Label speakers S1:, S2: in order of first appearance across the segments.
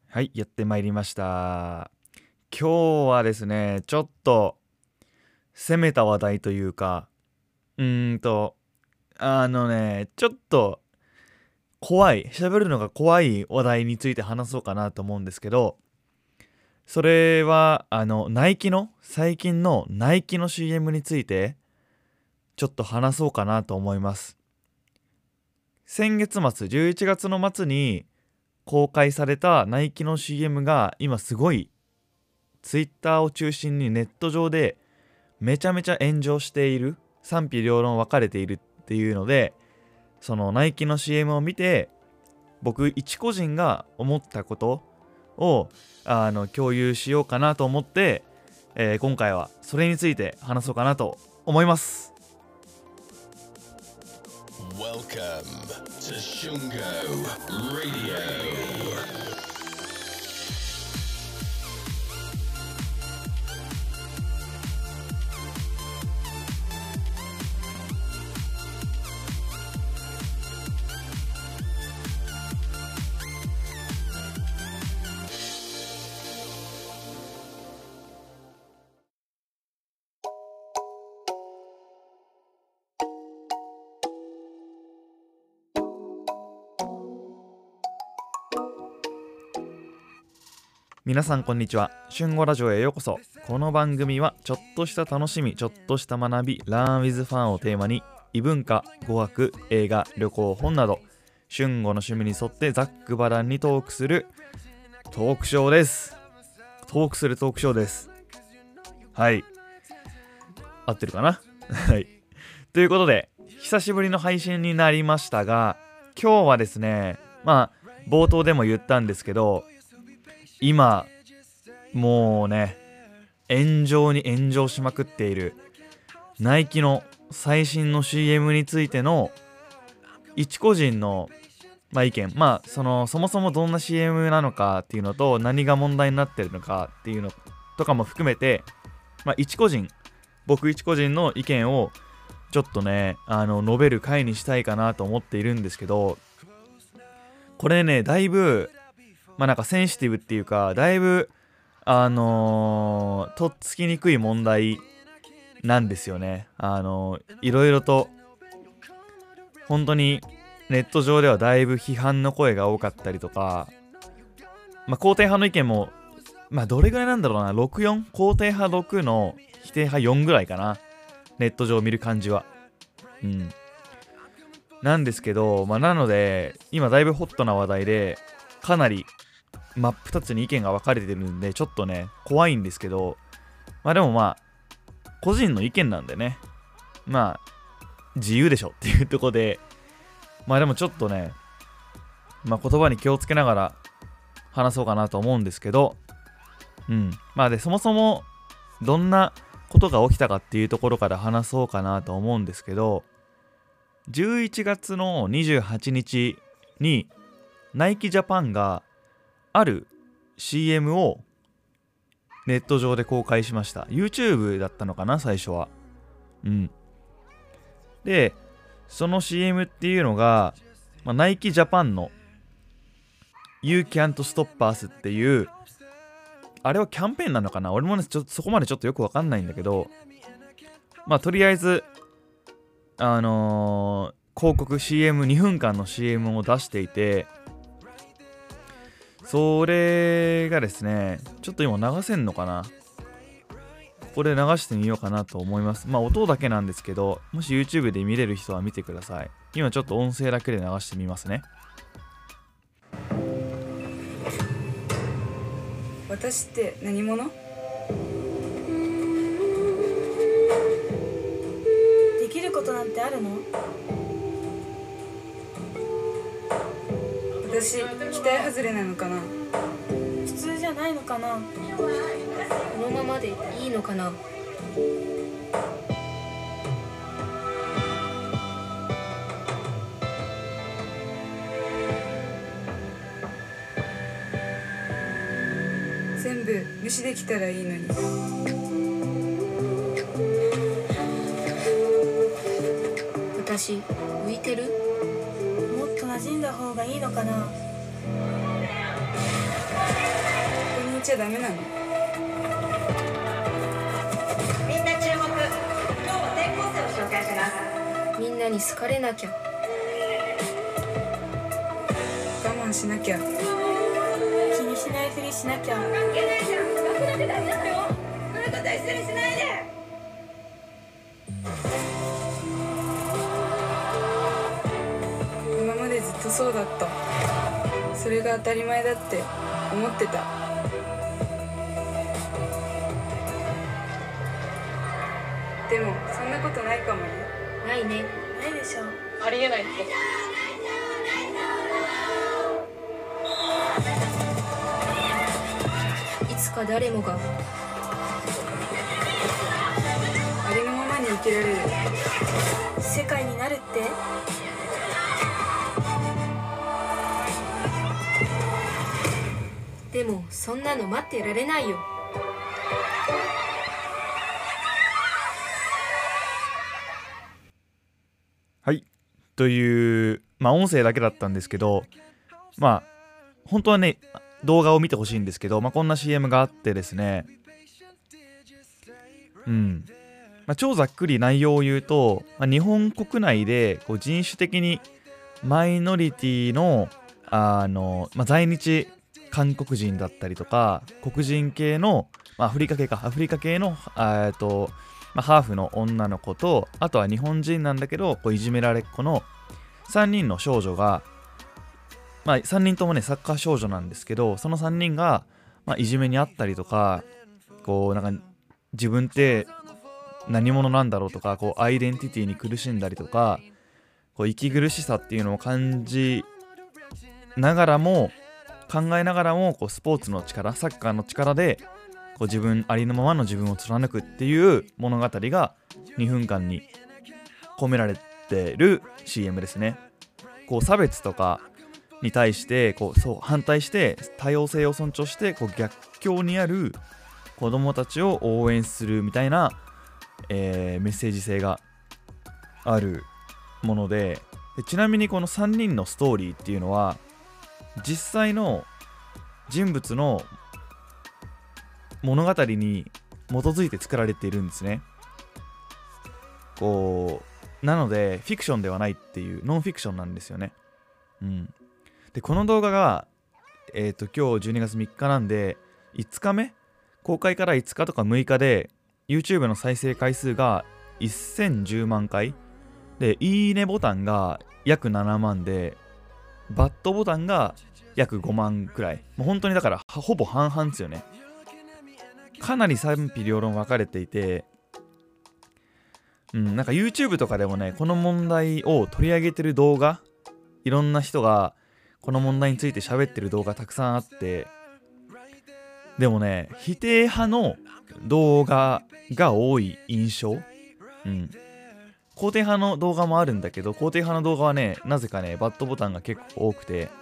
S1: はい、やってまいりました。今日はですね、ちょっと攻めた話題というか、うーんと、ちょっと喋るのが怖い話題について話そうかなと思うんですけど、それは、最近のナイキの CM について、ちょっと話そうかなと思います。先月末、11月の末に公開されたナイキの CM が今すごいツイッターを中心にネット上でめちゃめちゃ炎上している、賛否両論分かれているっていうので、そのナイキの CM を見て僕一個人が思ったことを共有しようかなと思って、今回はそれについて話そうかなと思います。
S2: Welcome to Shungo Radio.
S1: 皆さんこんにちは。春語ラジオへようこそ。この番組はちょっとした楽しみ、ちょっとした学び、Learn with Fun をテーマに異文化、語学、映画、旅行、本など春語の趣味に沿ってざっくばらんにトークするトークショーです。トークするトークショーです。はい、合ってるかなはい、ということで久しぶりの配信になりましたが、今日はですね、冒頭でも言ったんですけど、今もうね、炎上に炎上しまくっているナイキの最新の CM についての一個人の意見、そもそもどんな CM なのかっていうのと、何が問題になってるのかっていうのとかも含めて、僕一個人の意見をちょっとね、述べる回にしたいかなと思っているんですけど、これね、だいぶセンシティブっていうか、だいぶとっつきにくい問題なんですよね。いろいろと本当にネット上ではだいぶ批判の声が多かったりとか、肯定派の意見もどれぐらいなんだろうな、64、肯定派6の否定派4ぐらいかな、ネット上を見る感じは。なんですけど、なので今だいぶホットな話題で、かなり真っ二つに意見が分かれてるんで、ちょっとね怖いんですけど、でも個人の意見なんでね、自由でしょっていうところで、でもちょっとね、言葉に気をつけながら話そうかなと思うんですけど、でそもそもどんなことが起きたかっていうところから話そうかなと思うんですけど、11月の28日にナイキジャパンがある CM をネット上で公開しました。 YouTube だったのかな、最初は。でその CM っていうのが、ナイキジャパンの You Can't Stop Us っていう、あれはキャンペーンなのかな、俺もねそこまでちょっとよくわかんないんだけど、とりあえず広告 CM2 分間の CM を出していて、それがですね、ちょっと今流せんのかな、ここで流してみようかなと思います。音だけなんですけど、もし YouTube で見れる人は見てください。今ちょっと音声だけで流してみますね。
S3: 私って何者？できることなんてあるの？私期待外れなのかな？普通じゃないのかな？
S4: このままでいいのかな？
S3: 全部無視できたらいいのに。
S4: 私浮いてる？
S3: もっと馴染んだ方がいいのかな？ ちゃダメなの？
S5: みんな注目。今日は転校生を紹介します。
S4: みんなに好かれなきゃ。
S3: 我慢しなきゃ。
S5: 気にしないふりしなきゃ。関係ないじゃん。学なんて大事だよ。誰かと一緒にしないで。
S3: 今までずっとそうだった。それが当たり前だって思ってた。でもそんなことないかもよ。
S4: ないね。
S5: ないでしょ。
S3: ありえないって。
S4: いつか誰もが
S3: ありのままに生きられる。
S5: 世界になるって。
S4: でもそんなの待ってられないよ。
S1: はいという、音声だけだったんですけど、本当はね動画を見てほしいんですけど、こんな CM があってですね、超ざっくり内容を言うと、日本国内でこう人種的にマイノリティの在日韓国人だったりとか黒人系の、アフリカ系のハーフの女の子と、あとは日本人なんだけどこういじめられっ子の3人の少女が、3人ともねサッカー少女なんですけど、その3人が、いじめにあったりとか、こうなんか自分って何者なんだろうとか、こうアイデンティティに苦しんだりとか、こう息苦しさっていうのを感じながらも考えながらも、こうスポーツの力、サッカーの力でこう自分ありのままの自分を貫くっていう物語が2分間に込められてる CM ですね。こう差別とかに対して反対して多様性を尊重して、こう逆境にある子供たちを応援するみたいな、メッセージ性があるもので、ちなみにこの3人のストーリーっていうのは実際の人物の物語に基づいて作られているんですね。なのでフィクションではないっていう、ノンフィクションなんですよね。でこの動画が今日12月3日なんで5日目、公開から5日とか6日で YouTube の再生回数が1010万回で、いいねボタンが約7万で、バッドボタンが約5万くらい。もう本当にだからほぼ半々ですよね。かなり賛否両論分かれていて、なんか YouTube とかでもね、この問題を取り上げてる動画、いろんな人がこの問題について喋ってる動画たくさんあって、でもね、否定派の動画が多い印象。肯定派の動画もあるんだけど、肯定派の動画はね、なぜかねバッドボタンが結構多くて、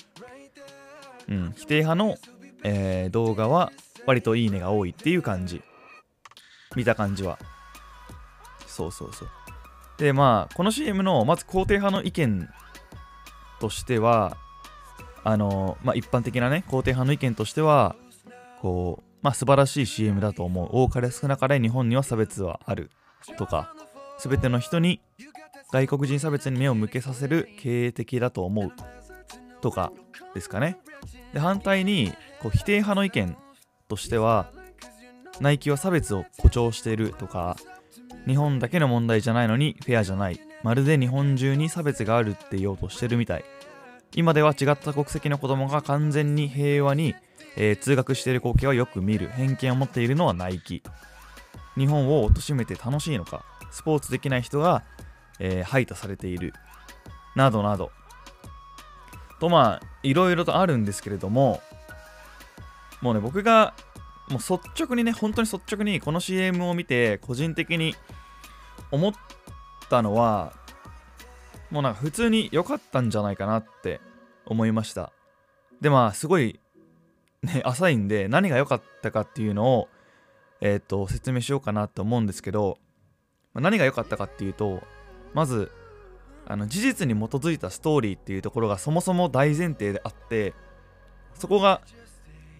S1: 否定派の、動画は割といいねが多いっていう感じ。見た感じはそう。でこの CM のまず肯定派の意見としては、一般的なね肯定派の意見としては、素晴らしい CM だと思う、多かれ少なかれ日本には差別はあるとか、全ての人に外国人差別に目を向けさせる経営的だと思うとかですかね。で反対に否定派の意見としては、ナイキは差別を誇張しているとか、日本だけの問題じゃないのにフェアじゃない、まるで日本中に差別があるって言おうとしてるみたい、今では違った国籍の子供が完全に平和に、通学している光景はよく見る、偏見を持っているのはナイキ、日本を貶めて楽しいのか、スポーツできない人が、排他されているなどなどと、いろいろとあるんですけれども、もうね、僕がもう本当に率直にこの CM を見て個人的に思ったのは、もうなんか普通に良かったんじゃないかなって思いました。ですごいね浅いんで、何が良かったかっていうのを説明しようかなと思うんですけど、何が良かったかっていうと、まず事実に基づいたストーリーっていうところがそもそも大前提であって、そこが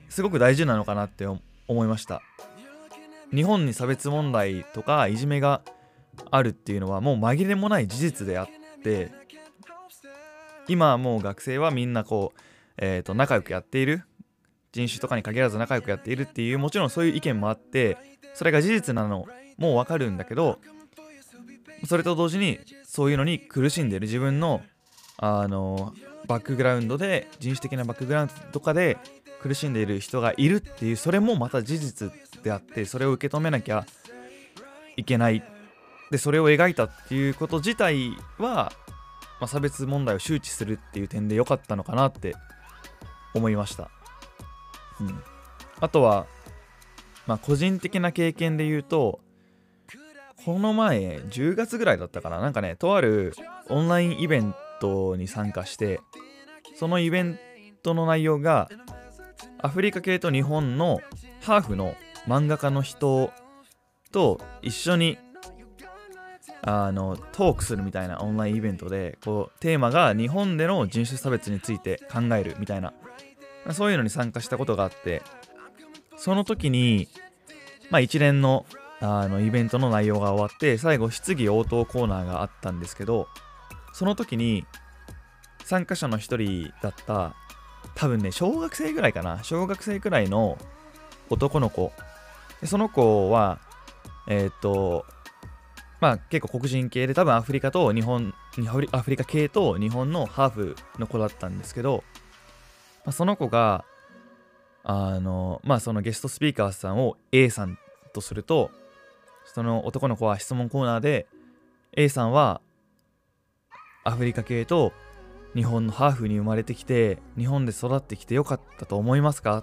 S1: すごく大事なのかなって思いました。日本に差別問題とかいじめがあるっていうのはもう紛れもない事実であって、今はもう学生はみんなこう、仲良くやっている、人種とかに限らず仲良くやっているっていう、もちろんそういう意見もあって、それが事実なのもうわかるんだけど、それと同時にそういうのに苦しんでいる自分のバックグラウンドで、人種的なバックグラウンドとかで苦しんでいる人がいるっていう、それもまた事実であって、それを受け止めなきゃいけない。でそれを描いたっていうこと自体は、差別問題を周知するっていう点で良かったのかなって思いました。あとは、個人的な経験で言うと、この前10月ぐらいだったかな、なんかね、とあるオンラインイベントに参加して、そのイベントの内容がアフリカ系と日本のハーフの漫画家の人と一緒にトークするみたいなオンラインイベントで、こうテーマが日本での人種差別について考えるみたいな、そういうのに参加したことがあって、その時に、一連のイベントの内容が終わって、最後質疑応答コーナーがあったんですけど、その時に参加者の一人だった、多分ね小学生ぐらいかな、小学生くらいの男の子で、その子は結構黒人系で、多分アフリカ系と日本のハーフの子だったんですけど、その子がそのゲストスピーカーさんを A さんとすると、その男の子は質問コーナーで A さんはアフリカ系と日本のハーフに生まれてきて、日本で育ってきてよかったと思いますかって、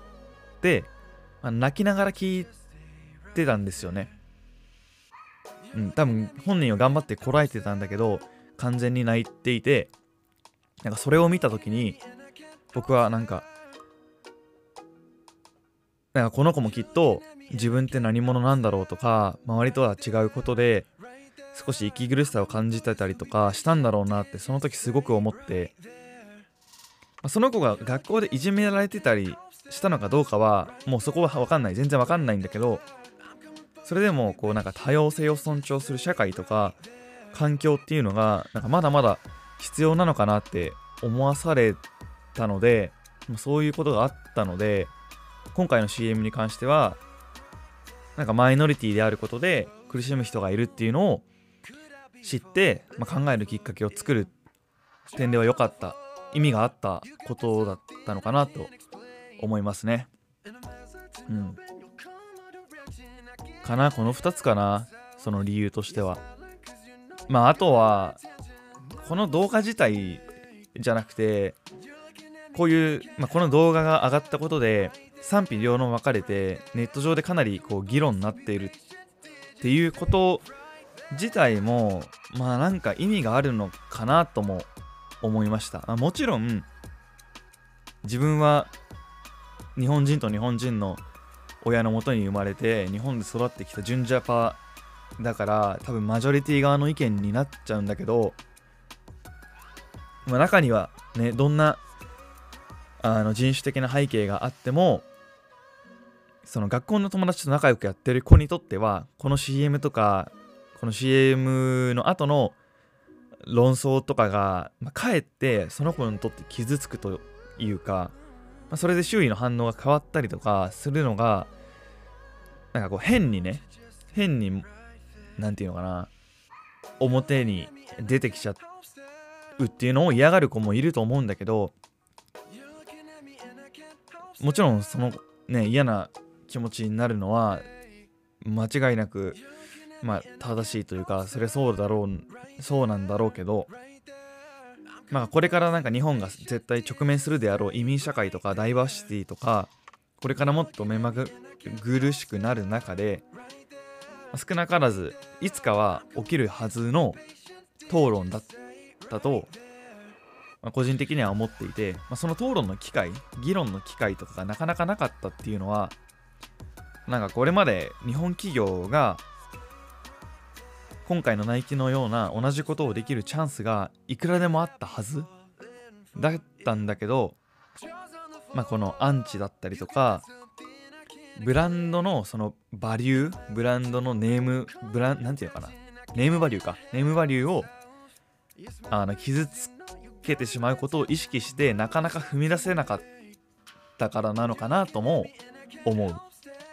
S1: 泣きながら聞いてたんですよね。多分本人は頑張ってこらえてたんだけど、完全に泣いていて、なんかそれを見た時に僕はなんかこの子もきっと自分って何者なんだろうとか、周りとは違うことで少し息苦しさを感じてたりとかしたんだろうなって、その時すごく思って、その子が学校でいじめられてたりしたのかどうかはもうそこは分かんない、全然分かんないんだけど、それでもこうなんか多様性を尊重する社会とか環境っていうのがなんかまだまだ必要なのかなって思わされたので、そういうことがあったので、今回の CM に関してはなんかマイノリティであることで苦しむ人がいるっていうのを知って、考えるきっかけを作る点では良かった、意味があったことだったのかなと思いますね。かな、この2つかな、その理由としては。あとはこの動画自体じゃなくて、こういう、この動画が上がったことで賛否両論分かれて、ネット上でかなりこう議論になっているっていうこと自体もなんか意味があるのかなとも思いました。もちろん自分は日本人と日本人の親のもとに生まれて日本で育ってきた純ジャパだから、多分マジョリティ側の意見になっちゃうんだけど、中にはね、どんな人種的な背景があっても、その学校の友達と仲良くやってる子にとっては、この CM とかこの CM の後の論争とかが、かえってその子にとって傷つくというか、それで周囲の反応が変わったりとかするのが、なんかこう変になんていうのかな、表に出てきちゃうっていうのを嫌がる子もいると思うんだけど、もちろんそのね、嫌な気持ちになるのは間違いなく正しいというか、それそうなんだろうけど、これからなんか日本が絶対直面するであろう移民社会とかダイバーシティとか、これからもっと目まぐるしくなる中で、少なからずいつかは起きるはずの討論だったと、個人的には思っていて、その討論の機会、議論の機会とかがなかなかなかったっていうのは、なんかこれまで日本企業が今回のナイキのような同じことをできるチャンスがいくらでもあったはずだったんだけど、 このアンチだったりとか、ブランドのそのバリュー、ブランドのネームなんていうのかな、ネームバリューを傷つけてしまうことを意識してなかなか踏み出せなかったからなのかなとも思う。だ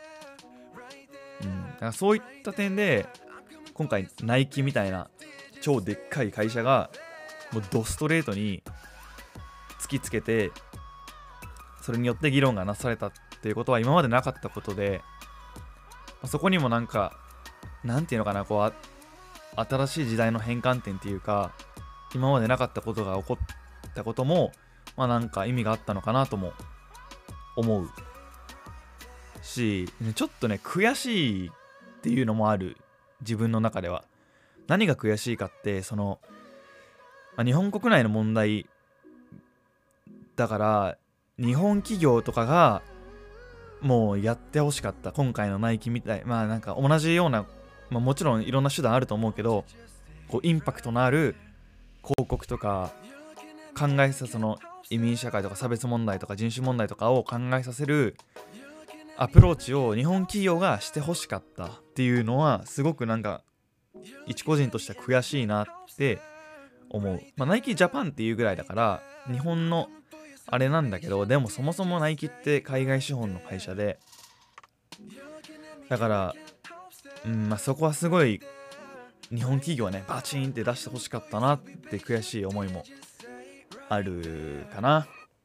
S1: からそういった点で今回ナイキみたいな超でっかい会社がもうドストレートに突きつけて、それによって議論がなされたっていうことは今までなかったことで、そこにもなんかなんていうのかな、こう新しい時代の変換点っていうか、今までなかったことが起こったこともなんか意味があったのかなとも思うし、ちょっとね悔しいっていうのもある。自分の中では何が悔しいかって、その、日本国内の問題だから、日本企業とかがもうやってほしかった。今回のナイキみたい、なんか同じような、もちろんいろんな手段あると思うけど、こうインパクトのある広告とか考えさ、その移民社会とか差別問題とか人種問題とかを考えさせるアプローチを日本企業がしてほしかったっていうのはすごくなんか一個人としては悔しいなって思う。ナイキジャパンっていうぐらいだから日本のあれなんだけど、でもそもそもナイキって海外資本の会社で、だからそこはすごい日本企業はねバチンって出してほしかったなって悔しい思いもあるかな。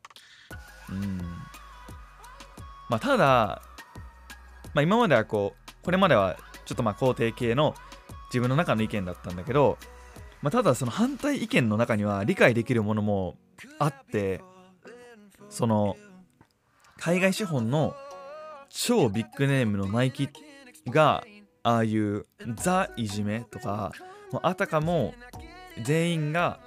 S1: ただ、今まではこれまではちょっと肯定系の自分の中の意見だったんだけど、ただその反対意見の中には理解できるものもあって、その海外資本の超ビッグネームのナイキがああいうザいじめとか、あたかも全員が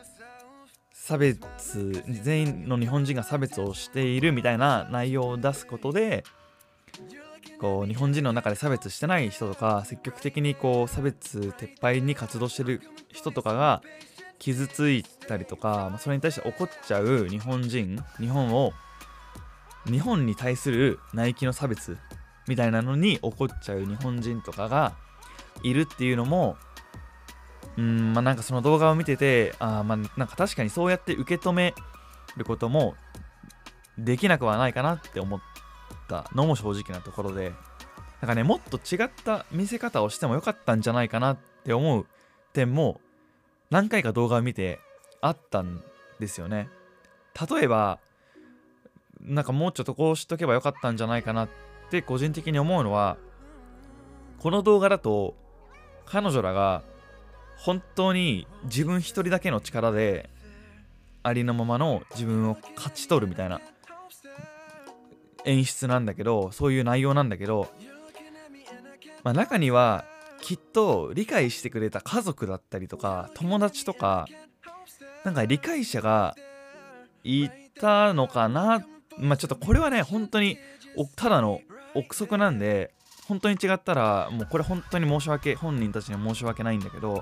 S1: 全員の日本人が差別をしているみたいな内容を出すことで、こう日本人の中で差別してない人とか、積極的にこう差別撤廃に活動してる人とかが傷ついたりとか、それに対して怒っちゃう日本に対するナイキの差別みたいなのに怒っちゃう日本人とかがいるっていうのも、なんかその動画を見てて、なんか確かにそうやって受け止めることもできなくはないかなって思ったのも正直なところで、なんかね、もっと違った見せ方をしてもよかったんじゃないかなって思う点も何回か動画を見てあったんですよね。例えばなんかもうちょっとこうしとけばよかったんじゃないかなって個人的に思うのは、この動画だと彼女らが本当に自分一人だけの力でありのままの自分を勝ち取るみたいな演出なんだけど、そういう内容なんだけど、中にはきっと理解してくれた家族だったりとか友達とか、なんか理解者がいたのかな。ちょっとこれはね本当にただの憶測なんで、本当に違ったらもうこれ本当に本人たちには申し訳ないんだけど、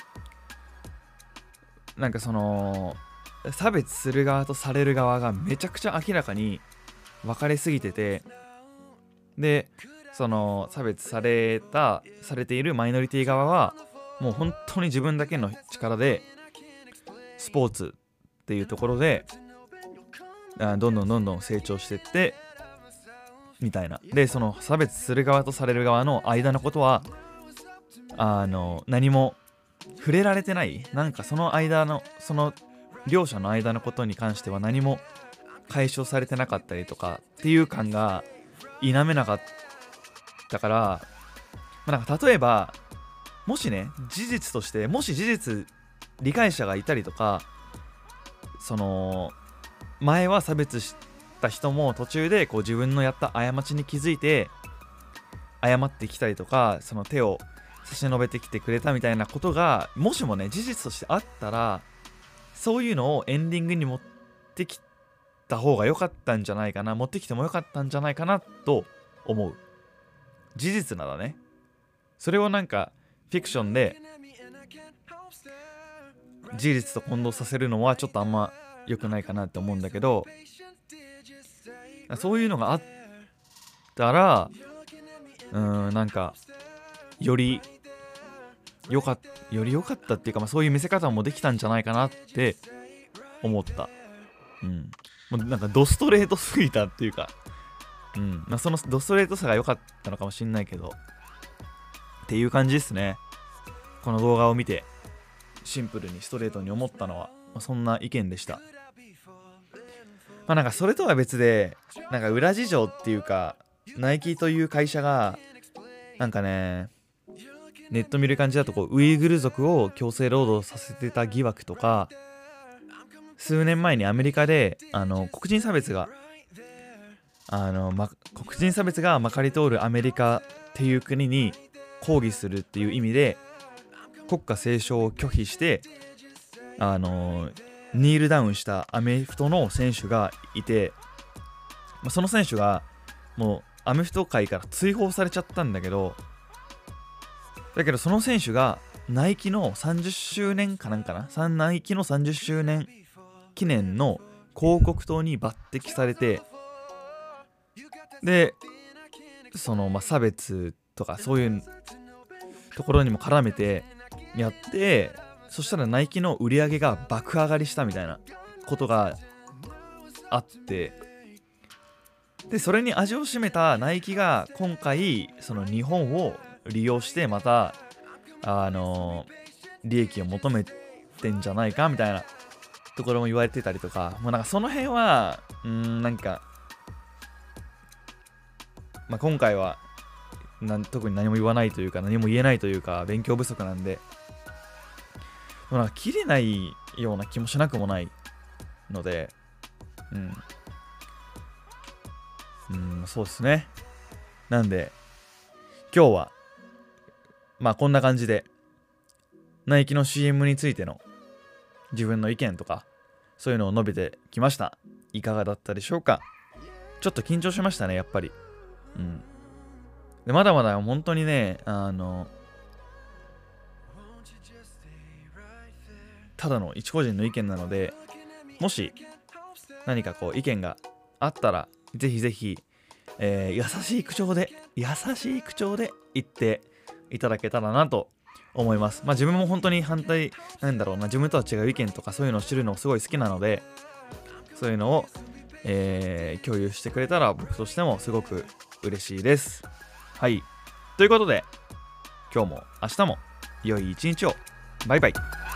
S1: なんかその差別する側とされる側がめちゃくちゃ明らかに分かれすぎてて、でその差別されているマイノリティ側はもう本当に自分だけの力でスポーツっていうところでどんどん成長してってみたいな。でその差別する側とされる側の間のことは何も触れられてない。なんかその両者の間のことに関しては何も解消されてなかったりとかっていう感が否めなかったから、なんか例えばもしね事実として理解者がいたりとか、その前は差別した人も途中でこう自分のやった過ちに気づいて謝ってきたりとか、その手を差し伸べてきてくれたみたいなことがもしもね事実としてあったら、そういうのをエンディングに持ってきた方が良かったんじゃないかな、持ってきても良かったんじゃないかなと思う。事実ならね。それをなんかフィクションで事実と混同させるのはちょっとあんま良くないかなって思うんだけど、 そういうのがあったらなんかより良かったっていうか、そういう見せ方もできたんじゃないかなって思った。もうなんかドストレートすぎたっていうか、そのドストレートさが良かったのかもしんないけどっていう感じですね。この動画を見てシンプルにストレートに思ったのは、そんな意見でした。なんかそれとは別で、なんか裏事情っていうか、ナイキという会社がなんかね、ネット見る感じだとウイグル族を強制労働させてた疑惑とか、数年前にアメリカで黒人差別がまかり通るアメリカっていう国に抗議するっていう意味で国歌斉唱を拒否してニールダウンしたアメフトの選手がいて、その選手がもうアメフト界から追放されちゃったんだけどその選手がナイキの30周年かなんかな、ナイキの30周年記念の広告塔に抜擢されて、でその差別とかそういうところにも絡めてやって、そしたらナイキの売り上げが爆上がりしたみたいなことがあって、でそれに味を占めたナイキが今回その日本を利用してまた利益を求めてんじゃないかみたいなところも言われてたりとか、なんかその辺はなんか今回は特に何も言わないというか何も言えないというか勉強不足なんで、なんか切れないような気もしなくもないので、そうですね。なんで今日はこんな感じでナイキの CM についての自分の意見とかそういうのを述べてきました。いかがだったでしょうか。ちょっと緊張しましたね、やっぱり。でまだまだ本当にね、ただの一個人の意見なので、もし何か意見があったらぜひぜひ、優しい口調で言っていただけたらなと思います。自分も本当に反対自分とは違う意見とかそういうのを知るのすごい好きなので、そういうのを、共有してくれたら僕としてもすごく嬉しいです。はい、ということで今日も明日も良い一日を。バイバイ。